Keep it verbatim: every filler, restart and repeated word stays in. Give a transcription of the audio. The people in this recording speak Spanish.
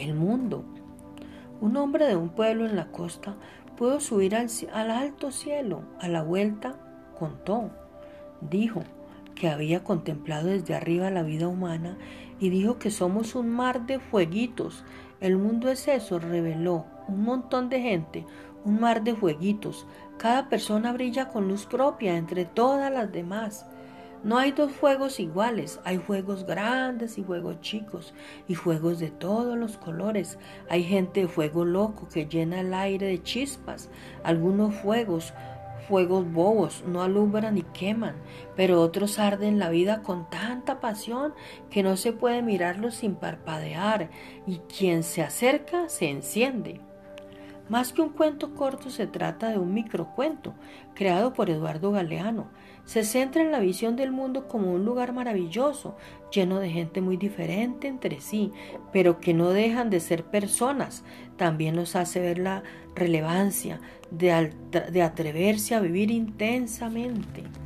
el mundo. Un hombre de un pueblo en la costa pudo subir al, al alto cielo. A la vuelta contó, dijo que había contemplado desde arriba la vida humana y dijo que somos un mar de fueguitos. El mundo es eso, reveló, un montón de gente, un mar de fueguitos. Cada persona brilla con luz propia entre todas las demás. No hay dos fuegos iguales, hay fuegos grandes y fuegos chicos, y fuegos de todos los colores. Hay gente de fuego loco que llena el aire de chispas. Algunos fuegos, fuegos bobos, no alumbran ni queman, pero otros arden la vida con tanta pasión que no se puede mirarlos sin parpadear, y quien se acerca se enciende. Más que un cuento corto, se trata de un microcuento creado por Eduardo Galeano. Se centra en la visión del mundo como un lugar maravilloso, lleno de gente muy diferente entre sí, pero que no dejan de ser personas. También nos hace ver la relevancia de, de atreverse a vivir intensamente.